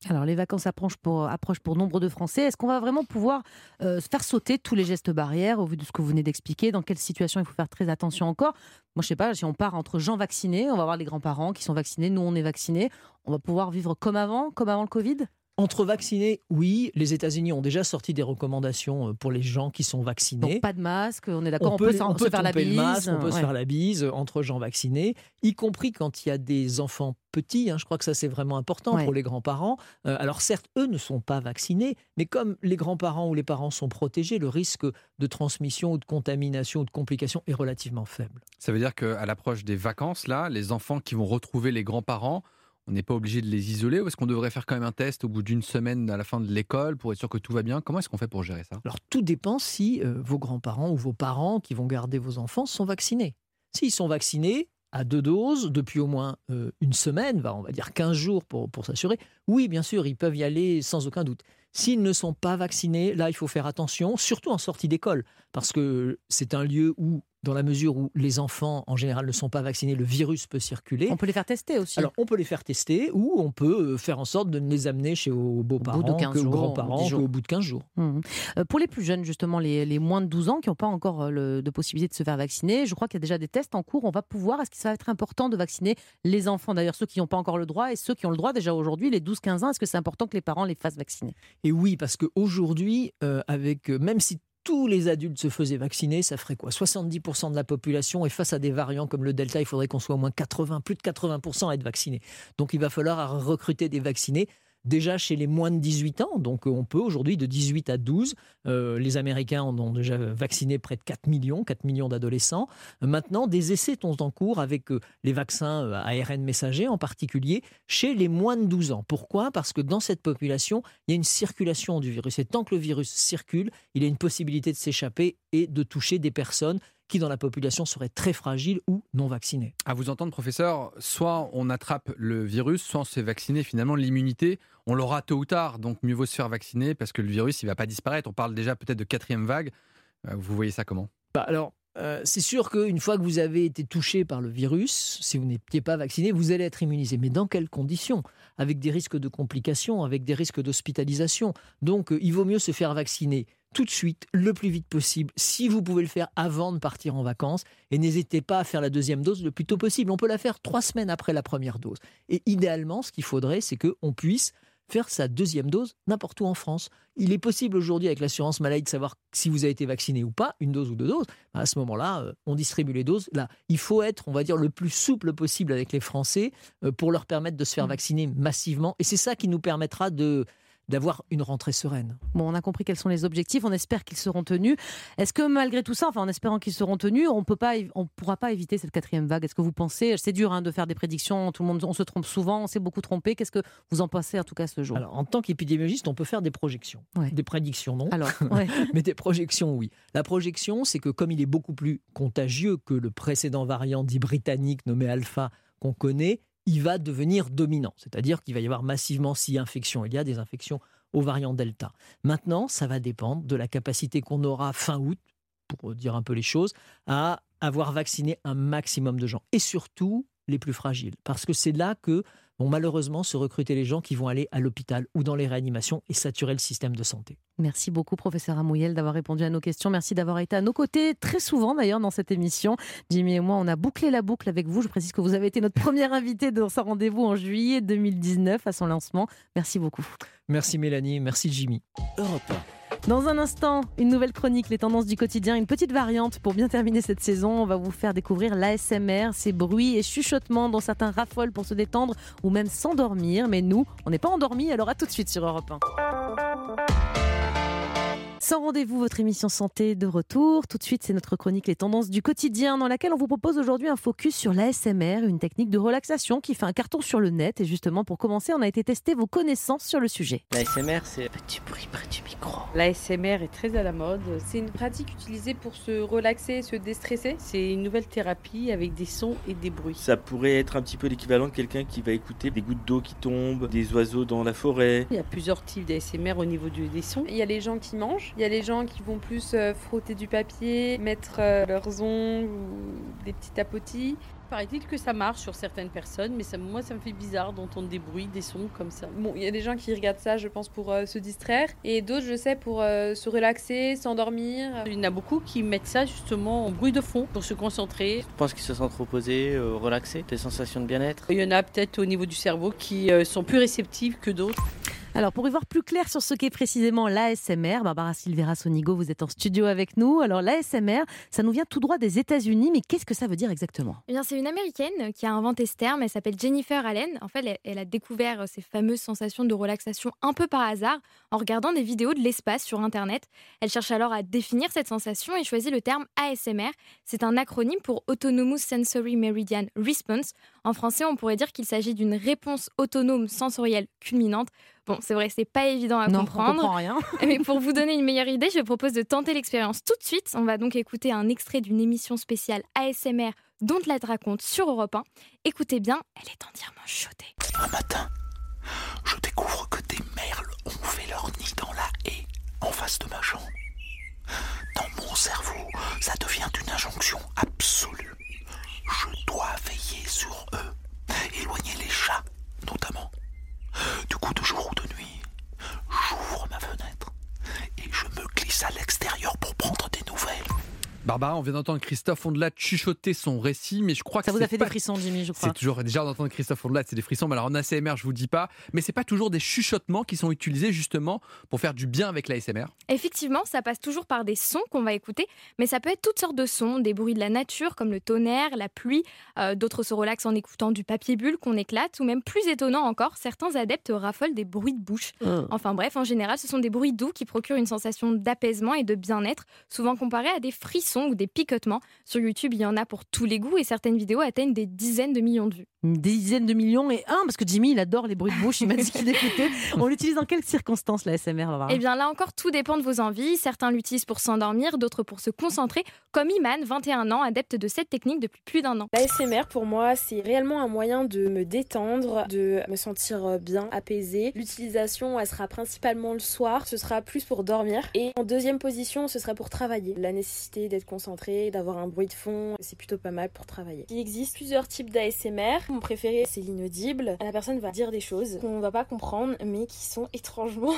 Speaker 2: Alors, les vacances approchent pour nombre de Français. Est-ce qu'on va vraiment pouvoir faire sauter tous les gestes barrières au vu de ce que vous venez d'expliquer? Dans quelle situation il faut faire très attention encore? Moi, je sais pas, si on part entre gens vaccinés, on va voir les grands-parents qui sont vaccinés, nous, on est vaccinés. On va pouvoir vivre comme avant le Covid?
Speaker 7: Entre vaccinés, oui, les États-Unis ont déjà sorti des recommandations pour les gens qui sont vaccinés.
Speaker 2: Donc pas de masque, on est d'accord, on peut se faire la
Speaker 7: tromper le
Speaker 2: bise.
Speaker 7: masque, on peut se faire la bise entre gens vaccinés, y compris quand il y a des enfants petits. Je crois que ça, c'est vraiment important pour les grands-parents. Alors certes, eux ne sont pas vaccinés, mais comme les grands-parents ou les parents sont protégés, le risque de transmission ou de contamination ou de complications est relativement faible.
Speaker 3: Ça veut dire qu'à l'approche des vacances, là, les enfants qui vont retrouver les grands-parents, on n'est pas obligé de les isoler, ou est-ce qu'on devrait faire quand même un test au bout d'une semaine à la fin de l'école pour être sûr que tout va bien? Comment est-ce qu'on fait pour gérer ça?
Speaker 7: Alors tout dépend si vos grands-parents ou vos parents qui vont garder vos enfants sont vaccinés. S'ils sont vaccinés à 2 doses depuis au moins une semaine, on va dire 15 jours pour s'assurer, oui bien sûr ils peuvent y aller sans aucun doute. S'ils ne sont pas vaccinés, là il faut faire attention, surtout en sortie d'école, parce que c'est un lieu où, dans la mesure où les enfants, en général, ne sont pas vaccinés, le virus peut circuler.
Speaker 2: On peut les faire tester aussi.
Speaker 7: Alors, on peut les faire tester ou on peut faire en sorte de ne les amener chez aux beaux-parents, aux grands-parents, qu'au bout de 15 jours.
Speaker 2: Pour les plus jeunes, justement, les moins de 12 ans qui n'ont pas encore de possibilité de se faire vacciner, je crois qu'il y a déjà des tests en cours. On va pouvoir, est-ce que ça va être important de vacciner les enfants, d'ailleurs ceux qui n'ont pas encore le droit et ceux qui ont le droit déjà aujourd'hui, les 12-15 ans, est-ce que c'est important que les parents les fassent vacciner?
Speaker 7: Et oui, parce qu'aujourd'hui, même si tous les adultes se faisaient vacciner, ça ferait quoi? 70% de la population, et face à des variants comme le Delta, il faudrait qu'on soit au moins plus de 80% à être vaccinés. Donc il va falloir recruter des vaccinés. Déjà chez les moins de 18 ans, donc on peut aujourd'hui de 18 à 12, les Américains en ont déjà vacciné près de 4 millions d'adolescents. Maintenant, des essais sont en cours avec les vaccins ARN messager en particulier, chez les moins de 12 ans. Pourquoi? Parce que dans cette population, il y a une circulation du virus. Et tant que le virus circule, il y a une possibilité de s'échapper et de toucher des personnes qui, dans la population, seraient très fragiles ou non vaccinées.
Speaker 3: À vous entendre, professeur, soit on attrape le virus, soit on se fait vacciner. Finalement, l'immunité, on l'aura tôt ou tard. Donc, mieux vaut se faire vacciner parce que le virus, il ne va pas disparaître. On parle déjà peut-être de 4e vague. Vous voyez ça comment?
Speaker 7: C'est sûr qu'une fois que vous avez été touché par le virus, si vous n'étiez pas vacciné, vous allez être immunisé. Mais dans quelles conditions? Avec des risques de complications, avec des risques d'hospitalisation. Donc, il vaut mieux se faire vacciner tout de suite, le plus vite possible, si vous pouvez le faire avant de partir en vacances. Et n'hésitez pas à faire la 2e dose le plus tôt possible. On peut la faire 3 semaines après la 1re dose. Et idéalement, ce qu'il faudrait, c'est qu'on puisse faire sa 2e dose n'importe où en France. Il est possible aujourd'hui avec l'assurance maladie de savoir si vous avez été vacciné ou pas, 1 dose ou 2 doses. À ce moment-là, on distribue les doses. Là, il faut être, on va dire, le plus souple possible avec les Français pour leur permettre de se faire vacciner massivement. Et c'est ça qui nous permettra d'avoir une rentrée sereine.
Speaker 2: Bon, on a compris quels sont les objectifs, on espère qu'ils seront tenus. Est-ce que malgré tout ça, en espérant qu'ils seront tenus, on ne pourra pas éviter cette 4e vague? Est-ce que vous pensez, c'est dur de faire des prédictions, tout le monde, on se trompe souvent, on s'est beaucoup trompé, qu'est-ce que vous en pensez en tout cas ce jour?
Speaker 7: Alors, en tant qu'épidémiologiste, on peut faire des projections. Des prédictions, non? Mais des projections, oui. La projection, c'est que comme il est beaucoup plus contagieux que le précédent variant dit britannique nommé Alpha qu'on connaît, il va devenir dominant. C'est-à-dire qu'il va y avoir massivement 6 infections. Il y a des infections au variant Delta. Maintenant, ça va dépendre de la capacité qu'on aura fin août, pour dire un peu les choses, à avoir vacciné un maximum de gens. Et surtout, les plus fragiles. Parce que c'est là que vont malheureusement se recruter les gens qui vont aller à l'hôpital ou dans les réanimations et saturer le système de santé.
Speaker 2: Merci beaucoup, professeur Amouyel, d'avoir répondu à nos questions. Merci d'avoir été à nos côtés, très souvent d'ailleurs, dans cette émission. Jimmy et moi, on a bouclé la boucle avec vous. Je précise que vous avez été notre première invitée dans ce rendez-vous en juillet 2019 à son lancement. Merci beaucoup.
Speaker 7: Merci Mélanie, merci Jimmy.
Speaker 1: Europe 1.
Speaker 2: Dans un instant, une nouvelle chronique, les tendances du quotidien, une petite variante pour bien terminer cette saison. On va vous faire découvrir l'ASMR, ces bruits et chuchotements dont certains raffolent pour se détendre ou même s'endormir. Mais nous, on n'est pas endormis, alors à tout de suite sur Europe 1. Sans rendez-vous, votre émission santé de retour. Tout de suite, c'est notre chronique Les tendances du quotidien dans laquelle on vous propose aujourd'hui un focus sur l'ASMR, une technique de relaxation qui fait un carton sur le net. Et justement, pour commencer, on a été tester vos connaissances sur le sujet.
Speaker 8: L'ASMR, c'est petit bruit près du micro.
Speaker 9: L'ASMR est très à la mode. C'est une pratique utilisée pour se relaxer et se déstresser. C'est une nouvelle thérapie avec des sons et des bruits.
Speaker 8: Ça pourrait être un petit peu l'équivalent de quelqu'un qui va écouter des gouttes d'eau qui tombent, des oiseaux dans la forêt.
Speaker 9: Il y a plusieurs types d'ASMR au niveau des sons. Il y a les gens qui mangent. Il y a les gens qui vont plus frotter du papier, mettre leurs ongles ou des petits tapotis. Paraît-il que ça marche sur certaines personnes, mais moi ça me fait bizarre d'entendre des bruits, des sons comme ça. Bon, il y a des gens qui regardent ça, je pense, pour se distraire, et d'autres, je sais, pour se relaxer, s'endormir. Il y en a beaucoup qui mettent ça justement en bruit de fond pour se concentrer.
Speaker 8: Je pense qu'ils se sentent reposés, relaxés, des sensations de bien-être.
Speaker 9: Il y en a peut-être au niveau du cerveau qui sont plus réceptifs que d'autres.
Speaker 2: Alors, pour y voir plus clair sur ce qu'est précisément l'ASMR, Barbara Silvera Sonigo, vous êtes en studio avec nous. Alors, l'ASMR, ça nous vient tout droit des États-Unis, mais qu'est-ce que ça veut dire exactement ?
Speaker 10: Eh bien, c'est une Américaine qui a inventé ce terme. Elle s'appelle Jennifer Allen. En fait, elle a découvert ces fameuses sensations de relaxation un peu par hasard en regardant des vidéos de l'espace sur Internet. Elle cherche alors à définir cette sensation et choisit le terme ASMR. C'est un acronyme pour Autonomous Sensory Meridian Response. En français, on pourrait dire qu'il s'agit d'une réponse autonome sensorielle culminante. Bon, c'est vrai, c'est pas évident à comprendre.
Speaker 2: On comprend rien.
Speaker 10: Mais pour vous donner une meilleure idée, je propose de tenter l'expérience tout de suite. On va donc écouter un extrait d'une émission spéciale ASMR dont la raconte sur Europe 1. Écoutez bien, elle est entièrement chuchotée.
Speaker 11: Un matin, je découvre que des merles ont fait leur nid dans la haie en face de ma chambre. Dans mon cerveau, ça devient une injonction absolue. Je dois veiller sur eux, éloigner les chats notamment. Du coup, de jour ou de nuit, j'ouvre ma fenêtre et je me glisse à l'extérieur pour prendre des nouvelles.
Speaker 3: Barbara, on vient d'entendre Christophe Ondelat chuchoter son récit, mais je crois que
Speaker 2: ça vous a fait des frissons, Jimmy, je crois.
Speaker 3: C'est toujours déjà d'entendre Christophe Ondelat, c'est des frissons. Mais alors en ASMR, je vous dis pas, mais c'est pas toujours des chuchotements qui sont utilisés justement pour faire du bien avec l'ASMR.
Speaker 10: Effectivement, ça passe toujours par des sons qu'on va écouter, mais ça peut être toutes sortes de sons, des bruits de la nature comme le tonnerre, la pluie. D'autres se relaxent en écoutant du papier bulle qu'on éclate, ou même plus étonnant encore, certains adeptes raffolent des bruits de bouche. Enfin bref, en général, ce sont des bruits doux qui procurent une sensation d'apaisement et de bien-être, souvent comparés à des frissons ou des picotements. Sur YouTube, il y en a pour tous les goûts et certaines vidéos atteignent des dizaines de millions de vues.
Speaker 2: Des dizaines de millions et parce que Jimmy, il adore les bruits de bouche, il m'a dit qu'il écoutait. On l'utilise dans quelles circonstances, la ASMR, Barbara ?
Speaker 10: Eh bien là encore, tout dépend de vos envies. Certains l'utilisent pour s'endormir, d'autres pour se concentrer, comme Iman, 21 ans, adepte de cette technique depuis plus d'1 an.
Speaker 12: L'ASMR, pour moi, c'est réellement un moyen de me détendre, de me sentir bien, apaisée. L'utilisation, elle sera principalement le soir, ce sera plus pour dormir. Et en deuxième position, ce sera pour travailler. La nécessité d'être concentré, d'avoir un bruit de fond, c'est plutôt pas mal pour travailler. Il existe plusieurs types d'ASMR. Mon préféré, c'est l'inaudible. La personne va dire des choses qu'on va pas comprendre, mais qui sont étrangement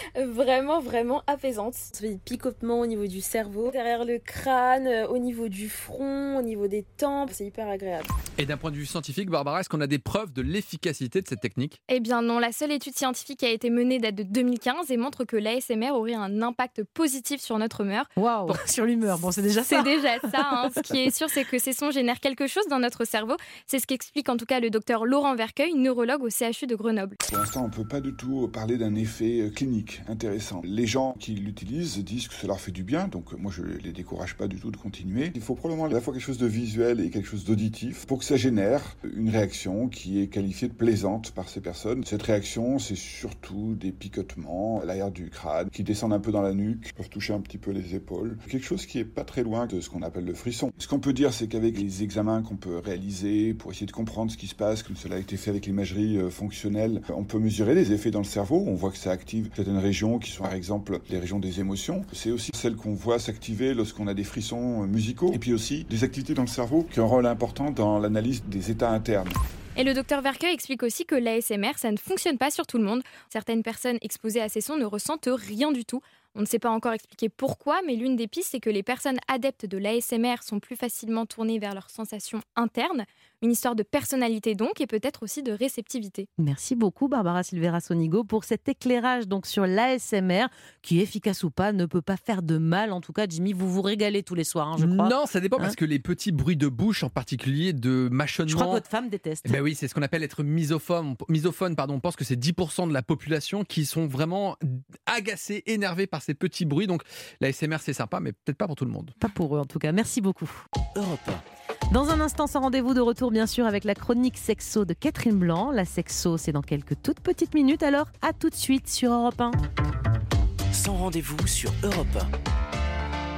Speaker 12: vraiment apaisantes. Ça fait des picotements au niveau du cerveau, derrière le crâne, au niveau du front, au niveau des tempes. C'est hyper agréable.
Speaker 3: Et d'un point de vue scientifique, Barbara, est-ce qu'on a des preuves de l'efficacité de cette technique ?
Speaker 10: Eh bien non, la seule étude scientifique qui a été menée date de 2015 et montre que l'ASMR aurait un impact positif sur notre humeur.
Speaker 2: Waouh, sur l'humeur, bon c'est déjà ça.
Speaker 10: C'est déjà ça, Ce qui est sûr, c'est que ces sons génèrent quelque chose dans notre cerveau. C'est ce qu'explique en tout cas le docteur Laurent Vercueil, neurologue au CHU de Grenoble.
Speaker 13: Pour l'instant, on ne peut pas du tout parler d'un effet clinique intéressant. Les gens qui l'utilisent disent que ça leur fait du bien, donc moi je ne les décourage pas du tout de continuer. Il faut probablement à la fois quelque chose de visuel et quelque chose d'auditif pour que ça génère une réaction qui est qualifiée de plaisante par ces personnes. Cette réaction, c'est surtout des picotements à l'arrière du crâne qui descendent un peu dans la nuque, peuvent toucher un petit peu les épaules. Quelque chose qui est pas très loin de ce qu'on appelle le frisson. Ce qu'on peut dire, c'est qu'avec les examens qu'on peut réaliser pour essayer de comprendre ce qui se passe, comme cela a été fait avec l'imagerie fonctionnelle, on peut mesurer les effets dans le cerveau. On voit que ça active certaines régions qui sont par exemple les régions des émotions. C'est aussi celles qu'on voit s'activer lorsqu'on a des frissons musicaux. Et puis aussi des activités dans le cerveau qui ont un rôle important dans l'analyse des états internes.
Speaker 10: Et le docteur Vercueil explique aussi que l'ASMR, ça ne fonctionne pas sur tout le monde. Certaines personnes exposées à ces sons ne ressentent rien du tout. On ne sait pas encore expliquer pourquoi, mais l'une des pistes, c'est que les personnes adeptes de l'ASMR sont plus facilement tournées vers leurs sensations internes. Une histoire de personnalité donc, et peut-être aussi de réceptivité.
Speaker 2: Merci beaucoup Barbara Silvera Sonigo pour cet éclairage donc sur l'ASMR, qui efficace ou pas, ne peut pas faire de mal. En tout cas, Jimmy, vous vous régalez tous les soirs, je crois.
Speaker 3: Non, ça dépend parce que les petits bruits de bouche, en particulier de mâchonnement...
Speaker 2: Je crois que votre femme déteste.
Speaker 3: Ben oui, c'est ce qu'on appelle être misophone. On pense que c'est 10% de la population qui sont vraiment agacés, énervés par ces petits bruits. Donc l'ASMR, c'est sympa, mais peut-être pas pour tout le monde.
Speaker 2: Pas pour eux en tout cas. Merci beaucoup.
Speaker 1: Europe 1.
Speaker 2: Dans un instant, sans rendez-vous, de retour bien sûr avec la chronique Sexo de Catherine Blanc. La Sexo, c'est dans quelques toutes petites minutes, alors à tout de suite sur Europe 1.
Speaker 1: Sans rendez-vous sur Europe 1.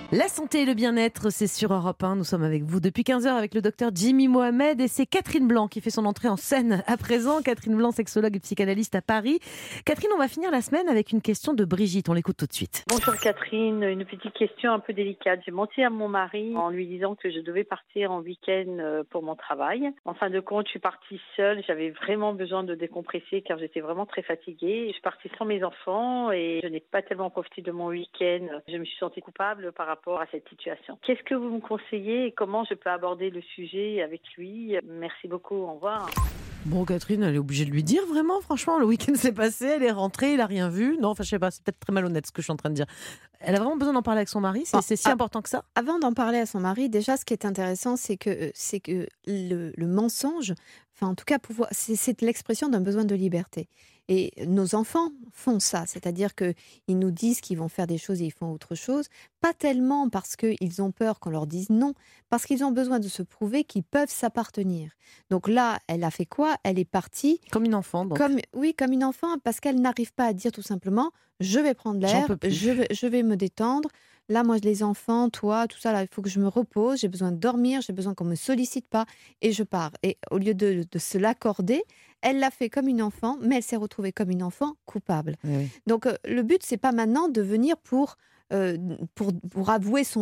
Speaker 2: La santé et le bien-être, c'est sur Europe 1. Nous sommes avec vous depuis 15h avec le docteur Jimmy Mohamed et c'est Catherine Blanc qui fait son entrée en scène à présent. Catherine Blanc, sexologue et psychanalyste à Paris. Catherine, on va finir la semaine avec une question de Brigitte. On l'écoute tout de suite.
Speaker 14: Bonjour Catherine, une petite question un peu délicate. J'ai menti à mon mari en lui disant que je devais partir en week-end pour mon travail. En fin de compte, je suis partie seule. J'avais vraiment besoin de décompresser car j'étais vraiment très fatiguée. Je suis partie sans mes enfants et je n'ai pas tellement profité de mon week-end. Je me suis sentie coupable par rapport à cette situation. Qu'est-ce que vous me conseillez et comment je peux aborder le sujet avec lui? Merci beaucoup, au revoir.
Speaker 2: Bon, Catherine, elle est obligée de lui dire vraiment, franchement, le week-end s'est passé, elle est rentrée, il a rien vu. Non, enfin, je sais pas, c'est peut-être très malhonnête ce que je suis en train de dire. Elle a vraiment besoin d'en parler avec son mari, c'est si important que ça?
Speaker 15: Avant d'en parler à son mari, déjà, ce qui est intéressant, c'est que le mensonge, enfin, en tout cas, c'est l'expression d'un besoin de liberté. Et nos enfants font ça, c'est-à-dire qu'ils nous disent qu'ils vont faire des choses et ils font autre chose, pas tellement parce qu'ils ont peur qu'on leur dise non, parce qu'ils ont besoin de se prouver qu'ils peuvent s'appartenir. Donc là, elle a fait quoi? Elle est partie...
Speaker 2: Comme une enfant, donc.
Speaker 15: Comme une enfant, parce qu'elle n'arrive pas à dire tout simplement « je vais prendre l'air, je vais me détendre ». Là, moi, les enfants, toi, tout ça, là, il faut que je me repose, j'ai besoin de dormir, j'ai besoin qu'on ne me sollicite pas et je pars. Et au lieu de se l'accorder, elle l'a fait comme une enfant, mais elle s'est retrouvée comme une enfant coupable. Oui. Donc, le but, c'est pas maintenant de venir pour avouer son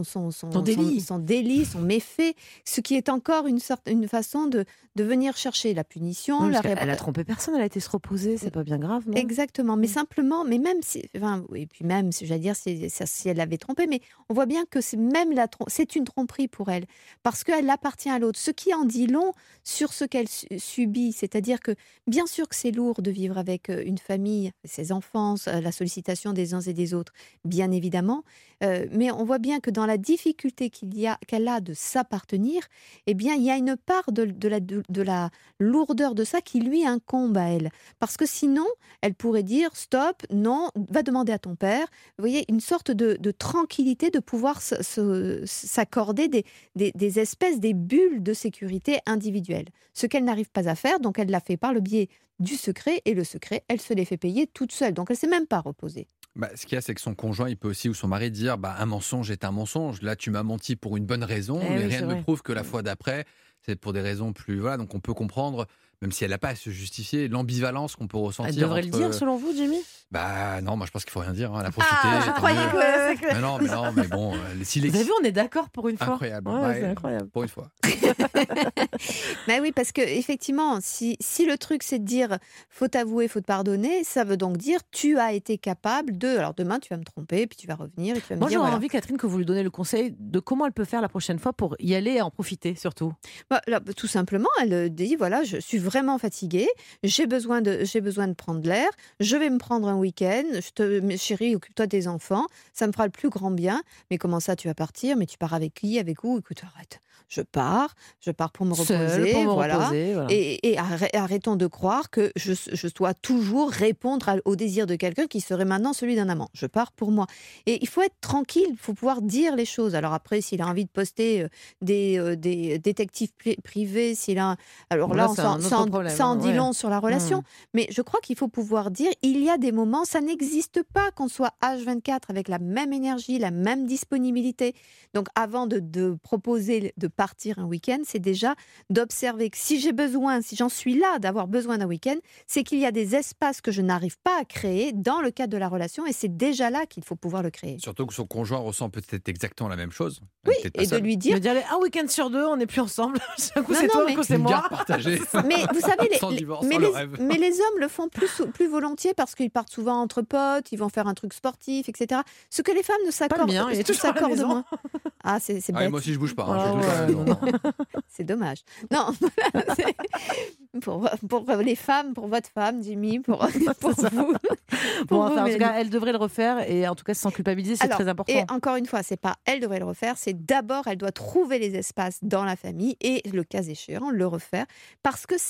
Speaker 15: délit, son méfait, ce qui est encore une façon de venir chercher la punition.
Speaker 2: Oui, elle a trompé personne, elle a été se reposer, c'est pas bien grave, non?
Speaker 15: Exactement, mais simplement, mais même si, j'allais dire si elle avait trompé, mais on voit bien que c'est une tromperie pour elle, parce qu'elle appartient à l'autre, ce qui en dit long sur ce qu'elle subit, c'est-à-dire que bien sûr que c'est lourd de vivre avec une famille, ses enfants, la sollicitation des uns et des autres, bien évidemment, mais on voit bien que dans la difficulté qu'elle a de s'appartenir, eh bien, il y a une part de la lourdeur de ça qui lui incombe à elle. Parce que sinon, elle pourrait dire « stop, non, va demander à ton père ». Vous voyez, une sorte de tranquillité, de pouvoir s'accorder des espèces, des bulles de sécurité individuelle. Ce qu'elle n'arrive pas à faire, donc elle l'a fait par le biais du secret, et le secret, elle se l'est fait payer toute seule. Donc elle ne s'est même pas reposée.
Speaker 3: Ce qu'il y a, c'est que son conjoint, il peut aussi, ou son mari, dire un mensonge est un mensonge. Là, tu m'as menti pour une bonne raison, mais rien ne me prouve que la fois d'après, c'est pour des raisons plus... Voilà, donc on peut comprendre, même si elle n'a pas à se justifier, l'ambivalence qu'on peut ressentir.
Speaker 2: Elle devrait le dire, selon vous, Jimmy?
Speaker 3: Non, moi je pense qu'il ne faut rien dire. Elle a profité.
Speaker 15: Je croyais que...
Speaker 3: Mais non, mais bon...
Speaker 2: Vous avez vu, on est d'accord pour une fois.
Speaker 3: Incroyable.
Speaker 2: C'est incroyable.
Speaker 3: Pour une fois.
Speaker 15: Oui, parce que effectivement, si le truc c'est de dire faut t'avouer, faut te pardonner, ça veut donc dire tu as été capable de... Alors demain tu vas me tromper, puis tu vas revenir et tu vas me dire...
Speaker 2: Moi j'aurais envie, Catherine, que vous lui donniez le conseil de comment elle peut faire la prochaine fois pour y aller et en profiter surtout.
Speaker 15: Tout simplement, elle dit voilà, je suis vraiment fatiguée, j'ai besoin de prendre l'air, je vais me prendre un week-end, chérie, occupe-toi des enfants, ça me fera le plus grand bien. Mais comment ça tu vas partir? Mais tu pars avec qui? Avec où? Écoute, arrête. Je pars pour me reposer, voilà. Et arrêtons de croire que je dois toujours répondre au désir de quelqu'un qui serait maintenant celui d'un amant. Je pars pour moi. Et il faut être tranquille, il faut pouvoir dire les choses. Alors après, s'il a envie de poster des détectives privés, alors là, ça en dit long sur la relation. Mais je crois qu'il faut pouvoir dire, il y a des moments, ça n'existe pas qu'on soit H24 avec la même énergie, la même disponibilité. Donc avant de proposer de partir un week-end, c'est déjà d'observer que si j'en suis là d'avoir besoin d'un week-end, c'est qu'il y a des espaces que je n'arrive pas à créer dans le cadre de la relation et c'est déjà là qu'il faut pouvoir le créer.
Speaker 3: Surtout que son conjoint ressent peut-être exactement la même chose.
Speaker 15: Oui, et de lui dire...
Speaker 2: un week-end sur deux, on n'est plus ensemble. Un coup c'est toi, un coup c'est moi.
Speaker 15: Mais vous savez, les hommes le font plus volontiers parce qu'ils partent souvent entre potes, ils vont faire un truc sportif, etc. Ce que les femmes ne s'accordent moins. Ah, c'est bête.
Speaker 3: Moi aussi je bouge pas.
Speaker 15: C'est dommage. Non, pour les femmes, pour votre femme, Jimmy, pour vous.
Speaker 2: En tout cas, elle devrait le refaire et en tout cas sans culpabiliser, c'est très important.
Speaker 15: Et encore une fois, c'est pas elle devrait le refaire, c'est d'abord elle doit trouver les espaces dans la famille et le cas échéant le refaire parce que c'est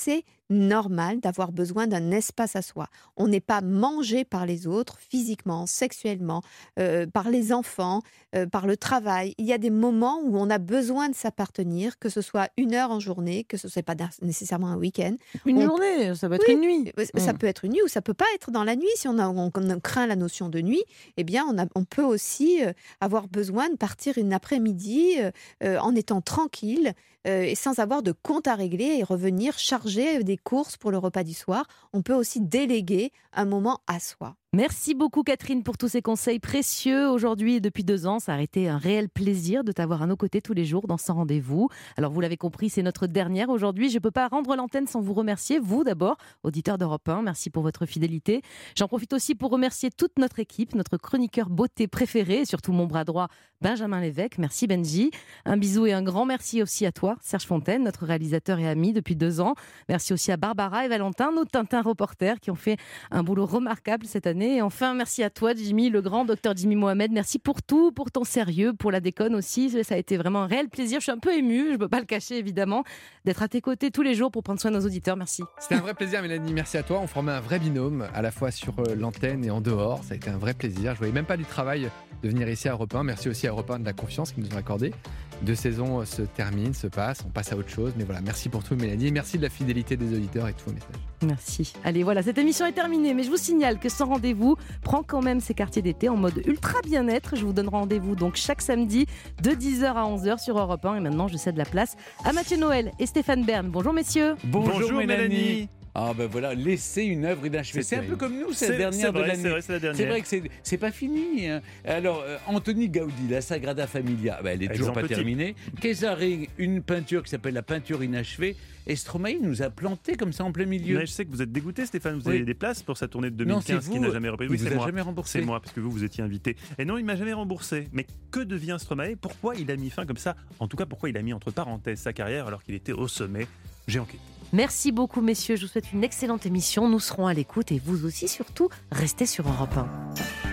Speaker 15: normal d'avoir besoin d'un espace à soi. On n'est pas mangé par les autres, physiquement, sexuellement, par les enfants, par le travail. Il y a des moments où on a besoin de s'appartenir, que ce soit 1 heure en journée, que ce ne soit pas nécessairement un week-end.
Speaker 2: Une journée, ça peut être une nuit.
Speaker 15: Ça peut être une nuit ou ça peut pas être dans la nuit. Si on craint la notion de nuit, eh bien, on peut aussi avoir besoin de partir une après-midi en étant tranquille et sans avoir de compte à régler et revenir charger des courses pour le repas du soir. On peut aussi déléguer un moment à soi.
Speaker 2: Merci beaucoup Catherine pour tous ces conseils précieux. Aujourd'hui et depuis 2 ans, ça a été un réel plaisir de t'avoir à nos côtés tous les jours dans 100 rendez-vous. Alors vous l'avez compris, c'est notre dernière aujourd'hui. Je ne peux pas rendre l'antenne sans vous remercier. Vous d'abord, auditeurs d'Europe 1, merci pour votre fidélité. J'en profite aussi pour remercier toute notre équipe, notre chroniqueur beauté préféré et surtout mon bras droit, Benjamin Lévesque. Merci Benji. Un bisou et un grand merci aussi à toi, Serge Fontaine, notre réalisateur et ami depuis 2 ans. Merci aussi à Barbara et Valentin, nos Tintin reporters qui ont fait un boulot remarquable cette année. Et enfin, merci à toi, Jimmy, le grand docteur Jimmy Mohamed. Merci pour tout, pour ton sérieux, pour la déconne aussi. Ça a été vraiment un réel plaisir. Je suis un peu émue, je ne peux pas le cacher évidemment, d'être à tes côtés tous les jours pour prendre soin de nos auditeurs. Merci.
Speaker 3: C'était un vrai plaisir, Mélanie. Merci à toi. On formait un vrai binôme, à la fois sur l'antenne et en dehors. Ça a été un vrai plaisir. Je ne voyais même pas du travail de venir ici à Europe 1. Merci aussi à Europe 1 de la confiance qu'ils nous ont accordée. 2 saisons se terminent, se passent, on passe à autre chose. Mais voilà, merci pour tout, Mélanie. Merci de la fidélité des auditeurs et de tous vos messages.
Speaker 2: Merci. Allez, voilà, cette émission est terminée. Mais je vous signale que 100 rendez-vous prend quand même ses quartiers d'été en mode ultra bien-être. Je vous donne rendez-vous donc chaque samedi de 10h à 11h sur Europe 1. Et maintenant, je cède la place à Mathieu Noël et Stéphane Bern. Bonjour messieurs.
Speaker 16: Bonjour Mélanie. Ah ben voilà, laisser une œuvre inachevée. C'est un peu comme nous, c'est la dernière de l'année. C'est vrai que c'est pas fini. Hein. Alors, Anthony Gaudi, la Sagrada Familia, elle est toujours pas terminée. Kesaré, une peinture qui s'appelle la peinture inachevée. Et Stromae nous a planté comme ça en plein milieu.
Speaker 17: Mais je sais que vous êtes dégoûté, Stéphane. Vous avez des places pour sa tournée de 2015 qui n'a jamais repris.
Speaker 16: Oui, c'est moi. Jamais remboursé.
Speaker 17: C'est moi, parce que vous étiez invité. Et non, il m'a jamais remboursé. Mais que devient Stromae ? Pourquoi il a mis fin comme ça ? En tout cas, pourquoi il a mis entre parenthèses sa carrière alors qu'il était au sommet ? J'ai enquêté.
Speaker 2: Merci beaucoup messieurs, je vous souhaite une excellente émission. Nous serons à l'écoute et vous aussi surtout, restez sur Europe 1.